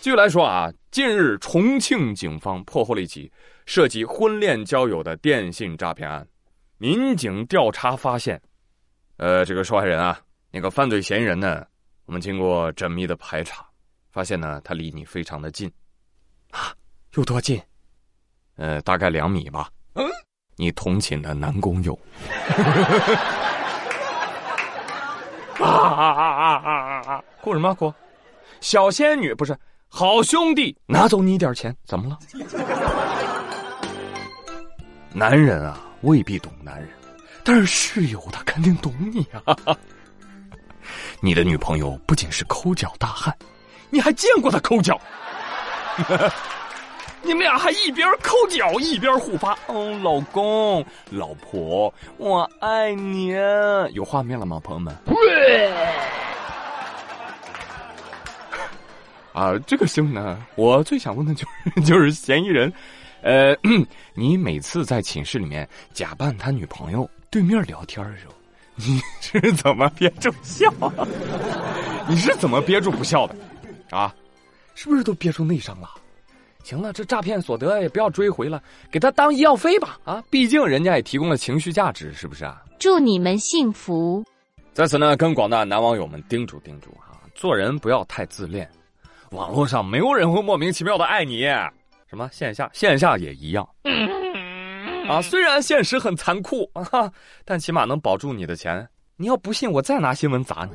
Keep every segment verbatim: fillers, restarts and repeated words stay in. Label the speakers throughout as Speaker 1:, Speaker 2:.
Speaker 1: 继续来说啊，近日重庆警方破获了一起涉及婚恋交友的电信诈骗案。民警调查发现，呃，这个受害人啊，那个犯罪嫌疑人呢，我们经过缜密的排查，发现呢，他离你非常的近。啊，有多近？呃，大概两米吧。嗯，你同寝的男工友。啊啊啊啊啊啊！哭什么哭？小仙女不是好兄弟，拿走你一点钱，怎么了？男人啊，未必懂男人，但是室友他肯定懂你啊。你的女朋友不仅是抠脚大汉，你还见过她抠脚。你们俩还一边抠脚一边互发，哦，老公老婆我爱你。有画面了吗，朋友们？啊，这个声呢，我最想问的就是就是嫌疑人，呃，你每次在寝室里面假扮他女朋友对面聊天的时候，你是怎么憋住笑？你是怎么憋住不笑的？啊，是不是都憋出内伤了？行了，这诈骗所得也不要追回了，给他当医药费吧！啊，毕竟人家也提供了情绪价值，是不是啊？
Speaker 2: 祝你们幸福。
Speaker 1: 在此呢，跟广大男网友们叮嘱叮嘱啊，做人不要太自恋。网络上没有人会莫名其妙的爱你，什么线下线下也一样。啊，虽然现实很残酷啊，但起码能保住你的钱。你要不信，我再拿新闻砸你。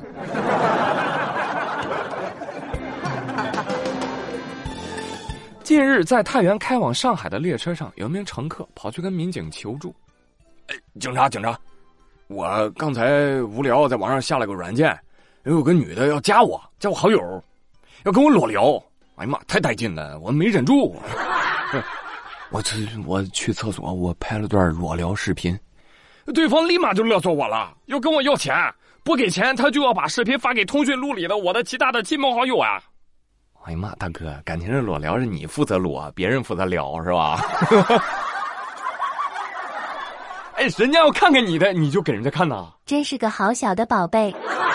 Speaker 1: 近日，在太原开往上海的列车上，有一名乘客跑去跟民警求助：“哎，警察，警察，我刚才无聊，在网上下了个软件，有个女的要加我，加我好友，要跟我裸聊。哎呀妈，太带劲了，我没忍住。我这我去厕所，我拍了段裸聊视频，对方立马就勒索我了，要跟我要钱，不给钱他就要把视频发给通讯录里的我的其他的亲朋好友啊。”哎呀妈，大哥，感情是裸聊是你负责裸，别人负责聊是吧？哎，人家要看看你的，你就给人家看呐。
Speaker 2: 真是个好小的宝贝。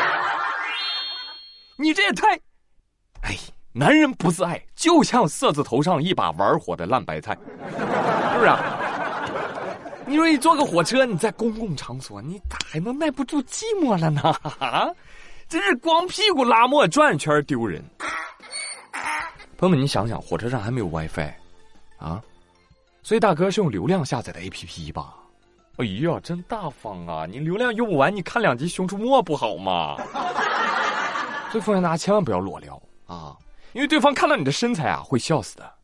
Speaker 1: 你这也太……哎，男人不自爱，就像色字头上一把玩火的烂白菜，是不是啊？你说你坐个火车，你在公共场所，你咋还能耐不住寂寞了呢？啊，真是光屁股拉磨转圈丢人。朋友们，你想想，火车上还没有 WiFi 啊，所以大哥是用流量下载的 A P P 吧？哎呀，真大方啊！你流量用不完，你看两集《熊出没》不好吗？所以奉劝大家千万不要裸聊啊，因为对方看到你的身材啊，会笑死的。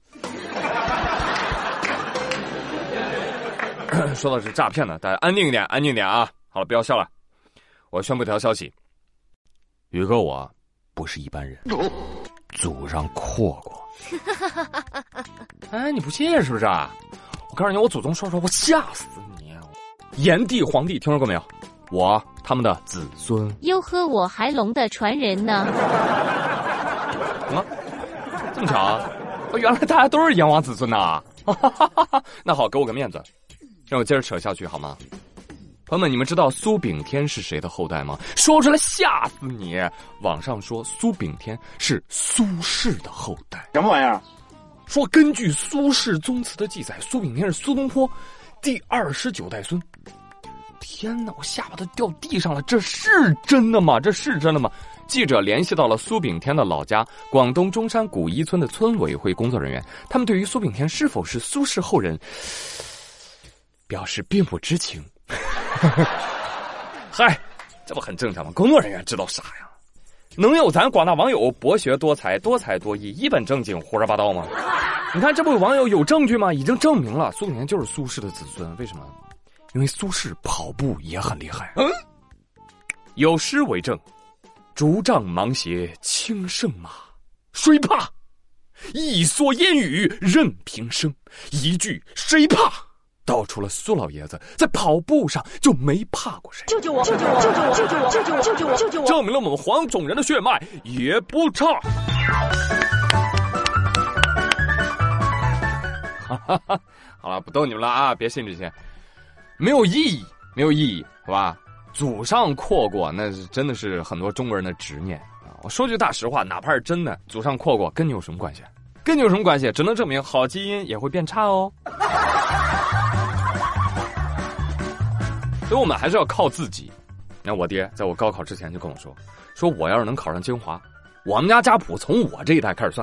Speaker 1: 说到是诈骗呢，大家安静一点，安静一点啊！好了，不要笑了。我宣布一条消息：宇哥我不是一般人。祖上阔过。哎，你不信是不是啊？我告诉你，我祖宗说说，我吓死你！炎帝皇帝听说过没有？我他们的子孙。
Speaker 2: 哟呵，我还龙的传人呢。
Speaker 1: 什么？这么巧啊？哦，原来大家都是炎王子孙呐！那好，给我个面子，让我接着扯下去好吗？朋友们，你们知道苏炳添是谁的后代吗？说出来吓死你！网上说苏炳添是苏轼的后代，
Speaker 3: 什么玩意儿？
Speaker 1: 说根据苏轼宗祠的记载，苏炳添是苏东坡第二十九代孙。天哪，我下巴都掉地上了，这是真的吗？这是真的吗？记者联系到了苏炳添的老家广东中山古一村的村委会工作人员，他们对于苏炳添是否是苏轼后人表示并不知情。嗨，这不很正常吗？工作人员知道啥呀？能有咱广大网友博学多才、多才多艺、一本正经胡说八道吗？你看这部网友有证据吗？已经证明了苏炳添就是苏轼的子孙。为什么？因为苏轼跑步也很厉害。嗯，有诗为证：竹杖芒鞋轻胜马，谁怕？一蓑烟雨任平生。一句谁怕？道出了苏老爷子在跑步上就没怕过谁。
Speaker 2: 救救我！救救我！救救我！救救我！救救我！救救我！救救我！
Speaker 1: 证明了我们黄种人的血脉也不差。好了，不逗你们了啊！别信这些，没有意义，没有意义，好吧？祖上阔过，那是真的是很多中国人的执念啊。 我说句大实话，哪怕是真的祖上阔过，跟你有什么关系？跟你有什么关系？只能证明好基因也会变差哦。所以我们还是要靠自己。那我爹在我高考之前就跟我说，说我要是能考上清华，我们家家谱从我这一代开始算。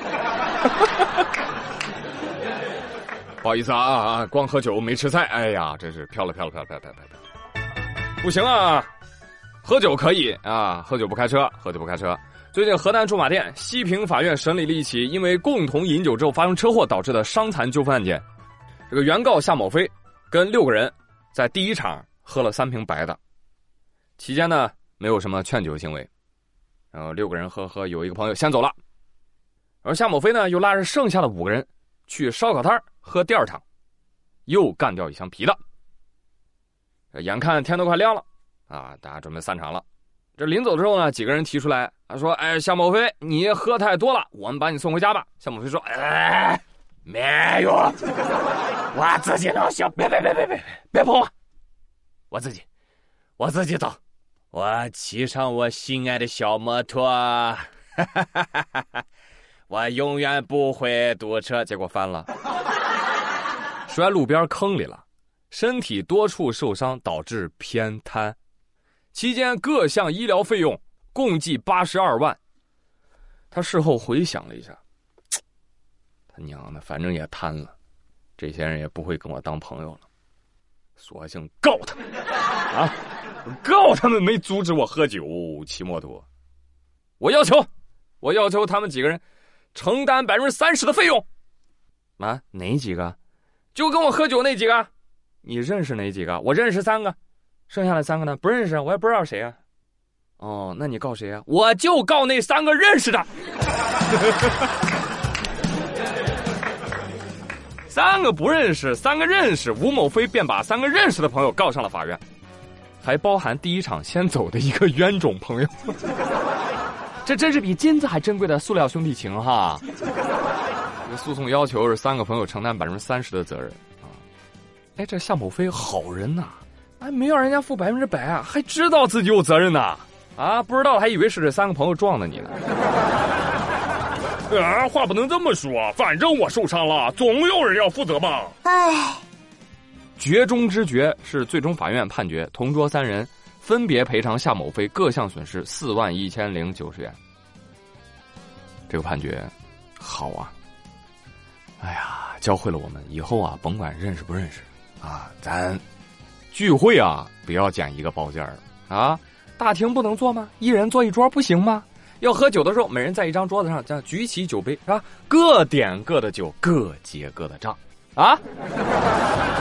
Speaker 1: 不好意思啊啊，光喝酒没吃菜，哎呀，真是飘了飘了飘了飘了飘了飘了，不行啊！喝酒可以啊，喝酒不开车，喝酒不开车。最近河南驻马店西平法院审理了一起因为共同饮酒之后发生车祸导致的伤残纠纷案件。这个原告夏某飞跟六个人在第一场喝了三瓶白的，期间呢没有什么劝酒行为，然后六个人喝喝，有一个朋友先走了，而夏某飞呢又拉着剩下的五个人去烧烤摊喝第二场，又干掉一箱啤的。眼看天都快亮了啊，大家准备散场了。这临走之后呢，几个人提出来，他说：“哎，夏某飞，你喝太多了，我们把你送回家吧。”夏某飞说：“哎，没有，我自己能行，别别别别别别碰我，我自己，我自己走，我骑上我心爱的小摩托，哈哈哈哈哈，我永远不会堵车。”结果翻了，摔路边坑里了，身体多处受伤，导致偏瘫。期间各项医疗费用共计八十二万。他事后回想了一下，他娘的，反正也瘫了，这些人也不会跟我当朋友了，索性告他们啊！告他们没阻止我喝酒骑摩托。我要求，我要求他们几个人承担百分之三十的费用。啊，哪几个？就跟我喝酒那几个。你认识哪几个？我认识三个。剩下的三个呢？不认识，我也不知道谁啊。哦，那你告谁啊？我就告那三个认识的。三个不认识，三个认识，吴某飞便把三个认识的朋友告上了法院，还包含第一场先走的一个冤种朋友。这真是比金子还珍贵的塑料兄弟情哈。这诉讼要求是三个朋友承担百分之三十的责任啊。哎，这夏某飞好人呐、啊。哎，没让人家负百分之百啊，还知道自己有责任呢，啊，不知道还以为是这三个朋友撞的你呢。啊，话不能这么说，反正我受伤了，总有人要负责吧。哎，决中之决是最终法院判决同桌三人分别赔偿夏某飞各项损失四万一千零九十元。这个判决好啊，哎呀，教会了我们以后啊，甭管认识不认识啊，咱。聚会啊，不要捡一个包间儿啊！大厅不能坐吗？一人坐一桌不行吗？要喝酒的时候，每人在一张桌子上这样举起酒杯，是吧？各点各的酒，各结各的账啊！